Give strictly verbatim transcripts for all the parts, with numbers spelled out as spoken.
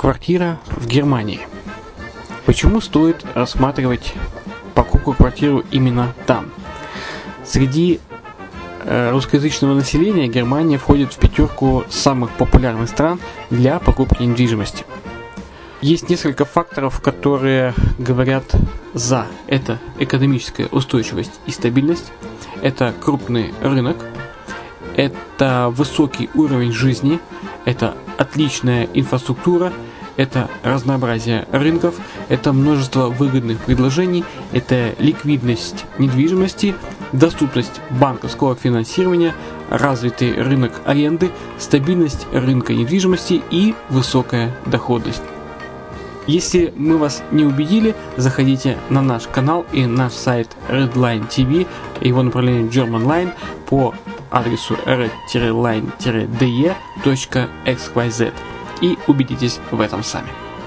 Квартира в Германии. Почему стоит рассматривать покупку квартиры именно там? Среди э, русскоязычного населения Германия входит в пятерку самых популярных стран для покупки недвижимости. Есть несколько факторов, которые говорят за. Это экономическая устойчивость и стабильность, это крупный рынок, это высокий уровень жизни, это отличная инфраструктура, это разнообразие рынков, это множество выгодных предложений, это ликвидность недвижимости, доступность банковского финансирования, развитый рынок аренды, стабильность рынка недвижимости и высокая доходность. Если мы вас не убедили, заходите на наш канал и наш сайт Redline ти ви, его направление Germanline по адресу red line d e точка x y z и убедитесь в этом сами.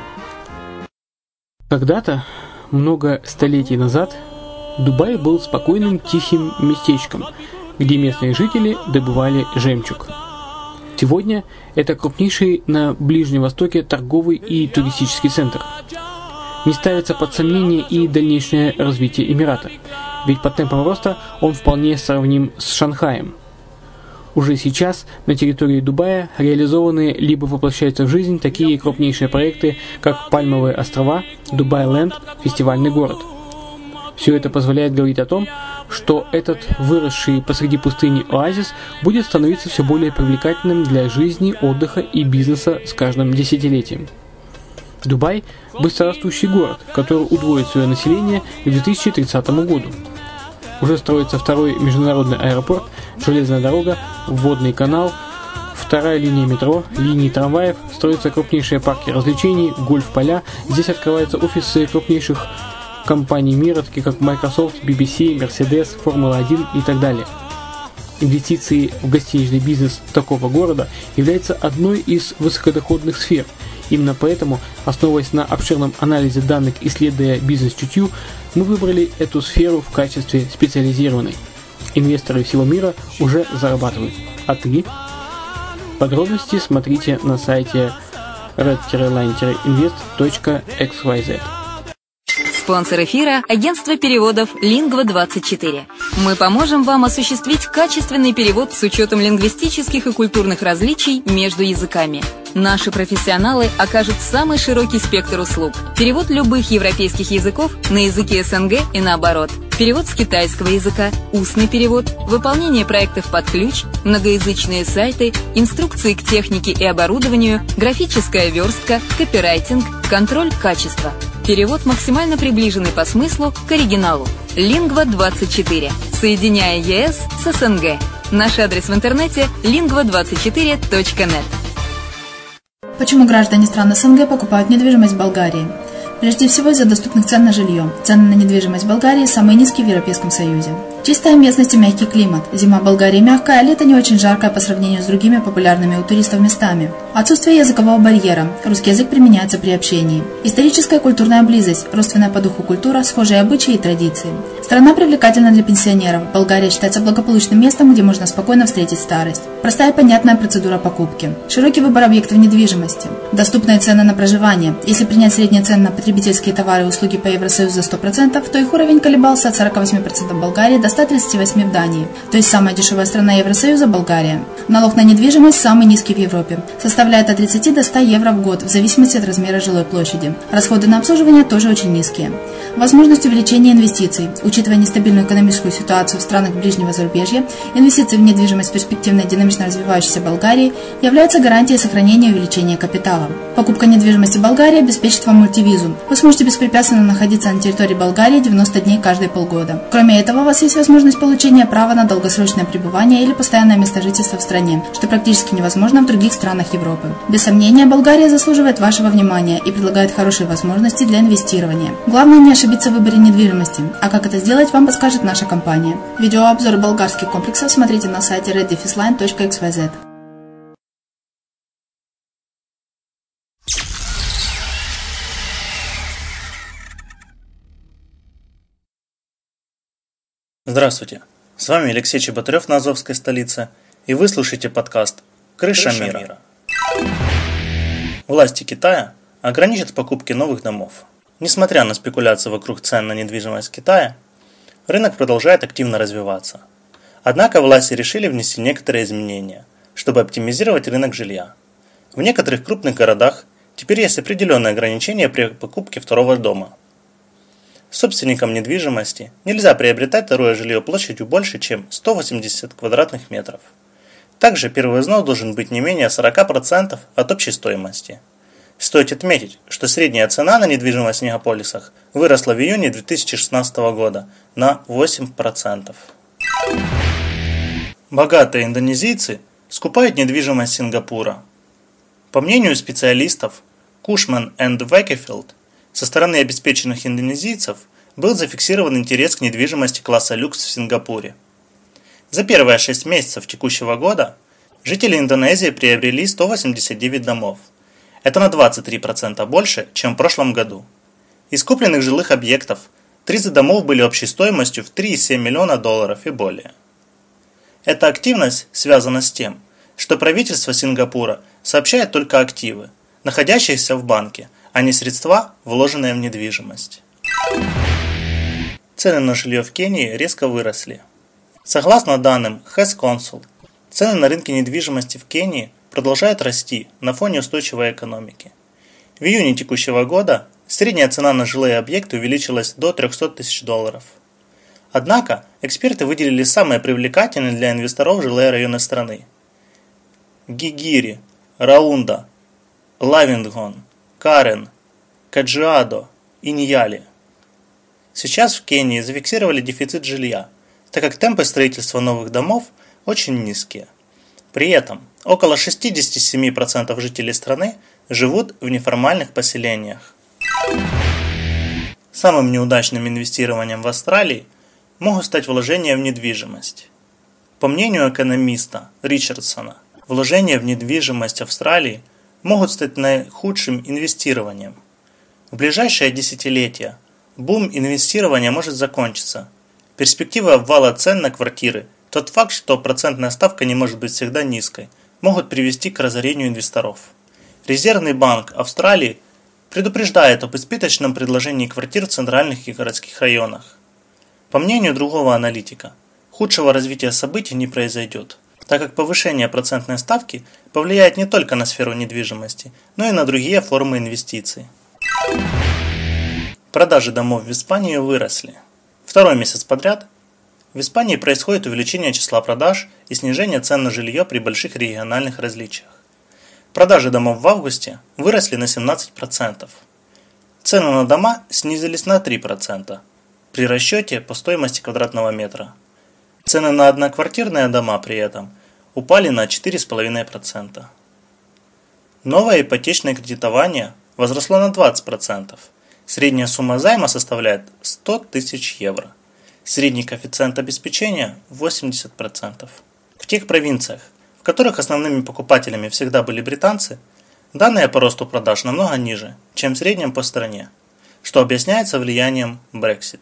Когда-то, много столетий назад, Дубай был спокойным тихим местечком, где местные жители добывали жемчуг. Сегодня это крупнейший на Ближнем Востоке торговый и туристический центр. Не ставится под сомнение и дальнейшее развитие Эмирата, ведь по темпам роста он вполне сравним с Шанхаем. Уже сейчас на территории Дубая реализованы либо воплощаются в жизнь такие крупнейшие проекты, как Пальмовые острова, Дубай-Ленд, фестивальный город. Все это позволяет говорить о том, что этот выросший посреди пустыни оазис будет становиться все более привлекательным для жизни, отдыха и бизнеса с каждым десятилетием. Дубай – быстрорастущий город, который удвоит свое население к две тысячи тридцатому году. Уже строится второй международный аэропорт, железная дорога, водный канал, вторая линия метро, линии трамваев, строятся крупнейшие парки развлечений, гольф-поля. Здесь открываются офисы крупнейших компаний мира, таких как Microsoft, би би си, Mercedes, Формула один и так далее. Инвестиции в гостиничный бизнес такого города являются одной из высокодоходных сфер. Именно поэтому, основываясь на обширном анализе данных, исследуя бизнес-чутью, мы выбрали эту сферу в качестве специализированной. Инвесторы всего мира уже зарабатывают. А ты? Подробности смотрите на сайте red line invest точка x y z. Спонсор эфира – агентство переводов лингва двадцать четыре. Мы поможем вам осуществить качественный перевод с учетом лингвистических и культурных различий между языками. Наши профессионалы окажут самый широкий спектр услуг. Перевод любых европейских языков на языки эс эн гэ и наоборот. Перевод с китайского языка, устный перевод, выполнение проектов под ключ, многоязычные сайты, инструкции к технике и оборудованию, графическая верстка, копирайтинг, контроль качества. Перевод максимально приближенный по смыслу к оригиналу. лингва двадцать четыре. Соединяя е эс с эс эн гэ. Наш адрес в интернете лингва двадцать четыре точка нет. Почему граждане стран эс эн гэ покупают недвижимость в Болгарии? Прежде всего из-за доступных цен на жилье. Цены на недвижимость в Болгарии самые низкие в Европейском Союзе. Чистая местность и мягкий климат. Зима в Болгарии мягкая, а лето не очень жаркое по сравнению с другими популярными у туристов местами. Отсутствие языкового барьера. Русский язык применяется при общении. Историческая и культурная близость. Родственная по духу культура, схожие обычаи и традиции. Страна привлекательна для пенсионеров. Болгария считается благополучным местом, где можно спокойно встретить старость. Простая и понятная процедура покупки. Широкий выбор объектов недвижимости. Доступные цены на проживание. Если принять средние цены на потребительские товары и услуги по Евросоюзу за сто процентов, то их уровень колебался от сорок восемь процентов в Болгарии до ста тридцати восьми процентов в Дании. То есть самая дешевая страна Евросоюза – Болгария. Налог на недвижимость самый низкий в Европе. Составляет от тридцати до ста евро в год, в зависимости от размера жилой площади. Расходы на обслуживание тоже очень низкие. Возможность увеличения инвестиций. Учитывая нестабильную экономическую ситуацию в странах ближнего зарубежья, инвестиции в недвижимость в перспективной динамично развивающейся Болгарии являются гарантией сохранения и увеличения капитала. Покупка недвижимости в Болгарии обеспечит вам мультивизу. Вы сможете беспрепятственно находиться на территории Болгарии девяносто дней каждые полгода. Кроме этого, у вас есть возможность получения права на долгосрочное пребывание или постоянное место жительства в стране, что практически невозможно в других странах Европы. Без сомнения, Болгария заслуживает вашего внимания и предлагает хорошие возможности для инвестирования. Главное не ошибиться в выборе недвижимости, а как это сделать, вам подскажет наша компания. Видеообзор болгарских комплексов смотрите на сайте red line точка x y z. Здравствуйте, с вами Алексей Чеботарев на Азовской столице, и вы слушаете подкаст «Крыша, Крыша мира». мира». Власти Китая ограничат покупки новых домов. Несмотря на спекуляции вокруг цен на недвижимость в Китае, рынок продолжает активно развиваться. Однако власти решили внести некоторые изменения, чтобы оптимизировать рынок жилья. В некоторых крупных городах теперь есть определенные ограничения при покупке второго дома. Собственникам недвижимости нельзя приобретать второе жилье площадью больше, чем сто восемьдесят квадратных метров. Также первый взнос должен быть не менее сорок процентов от общей стоимости. Стоит отметить, что средняя цена на недвижимость в мегаполисах выросла в июне две тысячи шестнадцатого года на восемь процентов. Богатые индонезийцы скупают недвижимость Сингапура. По мнению специалистов Cushman энд Wakefield, со стороны обеспеченных индонезийцев был зафиксирован интерес к недвижимости класса люкс в Сингапуре. За первые шесть месяцев текущего года жители Индонезии приобрели сто восемьдесят девять домов. Это на двадцать три процента больше, чем в прошлом году. Из купленных жилых объектов тридцать домов были общей стоимостью в три целых семь десятых миллиона долларов и более. Эта активность связана с тем, что правительство Сингапура сообщает только активы, находящиеся в банке, а не средства, вложенные в недвижимость. Цены на жилье в Кении резко выросли. Согласно данным Hess Consult, цены на рынке недвижимости в Кении продолжают расти на фоне устойчивой экономики. В июне текущего года средняя цена на жилые объекты увеличилась до трехсот тысяч долларов. Однако эксперты выделили самые привлекательные для инвесторов жилые районы страны. Гигири, Раунда, Лавингон, Карен, Каджиадо и Ньяли. Сейчас в Кении зафиксировали дефицит жилья, так как темпы строительства новых домов очень низкие. При этом около шестьдесят семь процентов жителей страны живут в неформальных поселениях. Самым неудачным инвестированием в Австралии могут стать вложения в недвижимость. По мнению экономиста Ричардсона, вложения в недвижимость Австралии могут стать наихудшим инвестированием. В ближайшее десятилетие бум инвестирования может закончиться. Перспектива обвала цен на квартиры, тот факт, что процентная ставка не может быть всегда низкой, могут привести к разорению инвесторов. Резервный банк Австралии предупреждает об избыточном предложении квартир в центральных и городских районах. По мнению другого аналитика, худшего развития событий не произойдет, так как повышение процентной ставки повлияет не только на сферу недвижимости, но и на другие формы инвестиций. Продажи домов в Испании выросли. Второй месяц подряд в Испании происходит увеличение числа продаж и снижение цен на жилье при больших региональных различиях. Продажи домов в августе выросли на семнадцать процентов. Цены на дома снизились на три процента при расчете по стоимости квадратного метра. Цены на одноквартирные дома при этом упали на четыре целых пять десятых процента. Новое ипотечное кредитование возросло на двадцать процентов. Средняя сумма займа составляет сто тысяч евро. Средний коэффициент обеспечения – восемьдесят процентов. В тех провинциях, в которых основными покупателями всегда были британцы, данные по росту продаж намного ниже, чем в среднем по стране, что объясняется влиянием Brexit.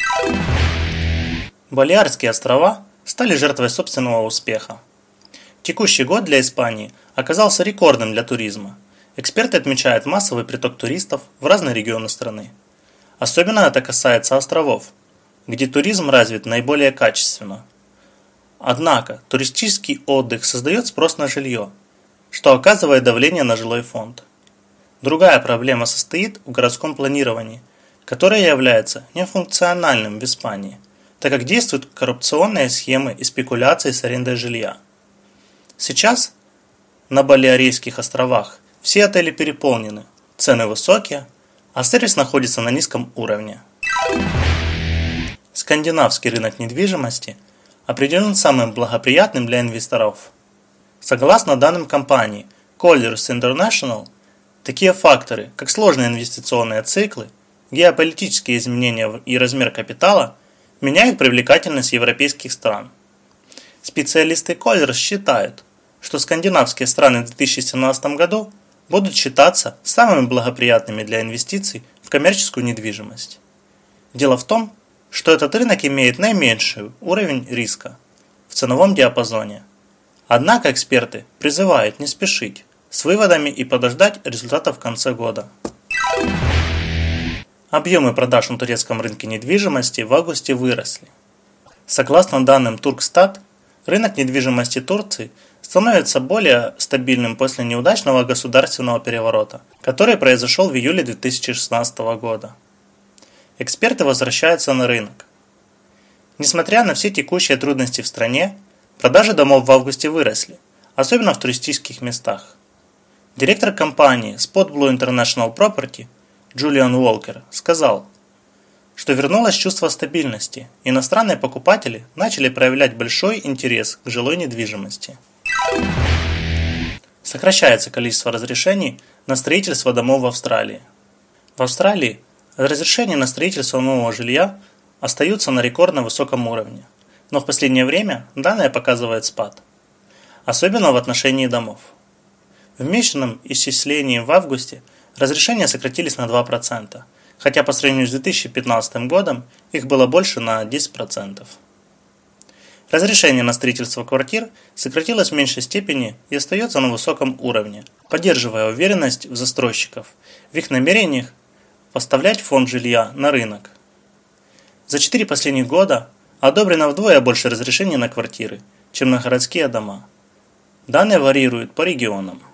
Балеарские острова стали жертвой собственного успеха. Текущий год для Испании оказался рекордным для туризма. Эксперты отмечают массовый приток туристов в разные регионы страны. Особенно это касается островов, где туризм развит наиболее качественно. Однако туристический отдых создает спрос на жилье, что оказывает давление на жилой фонд. Другая проблема состоит в городском планировании, которое является нефункциональным в Испании, так как действуют коррупционные схемы и спекуляции с арендой жилья. Сейчас на Балеарских островах все отели переполнены, цены высокие, а сервис находится на низком уровне. Скандинавский рынок недвижимости определен самым благоприятным для инвесторов. Согласно данным компании Colliers International, такие факторы, как сложные инвестиционные циклы, геополитические изменения и размер капитала, меняют привлекательность европейских стран. Специалисты Colliers считают, что скандинавские страны в две тысячи семнадцатом году будут считаться самыми благоприятными для инвестиций в коммерческую недвижимость. Дело в том, что этот рынок имеет наименьший уровень риска в ценовом диапазоне. Однако эксперты призывают не спешить, с выводами и подождать результатов в конце года. Объемы продаж на турецком рынке недвижимости в августе выросли. Согласно данным Туркстат, рынок недвижимости Турции становится более стабильным после неудачного государственного переворота, который произошел в июле две тысячи шестнадцатого года. Эксперты возвращаются на рынок. Несмотря на все текущие трудности в стране, продажи домов в августе выросли, особенно в туристических местах. Директор компании Spot Blue International Property Джулиан Уолкер сказал, что вернулось чувство стабильности, и иностранные покупатели начали проявлять большой интерес к жилой недвижимости. Сокращается количество разрешений на строительство домов в Австралии. В Австралии разрешения на строительство нового жилья остаются на рекордно высоком уровне, но в последнее время данные показывают спад, особенно в отношении домов. В месячном исчислении в августе разрешения сократились на два процента, хотя по сравнению с две тысячи пятнадцатым годом их было больше на десять процентов. Разрешение на строительство квартир сократилось в меньшей степени и остается на высоком уровне, поддерживая уверенность в застройщиков в их намерениях поставлять фонд жилья на рынок. За четыре последних года одобрено вдвое больше разрешений на квартиры, чем на городские дома. Данные варьируют по регионам.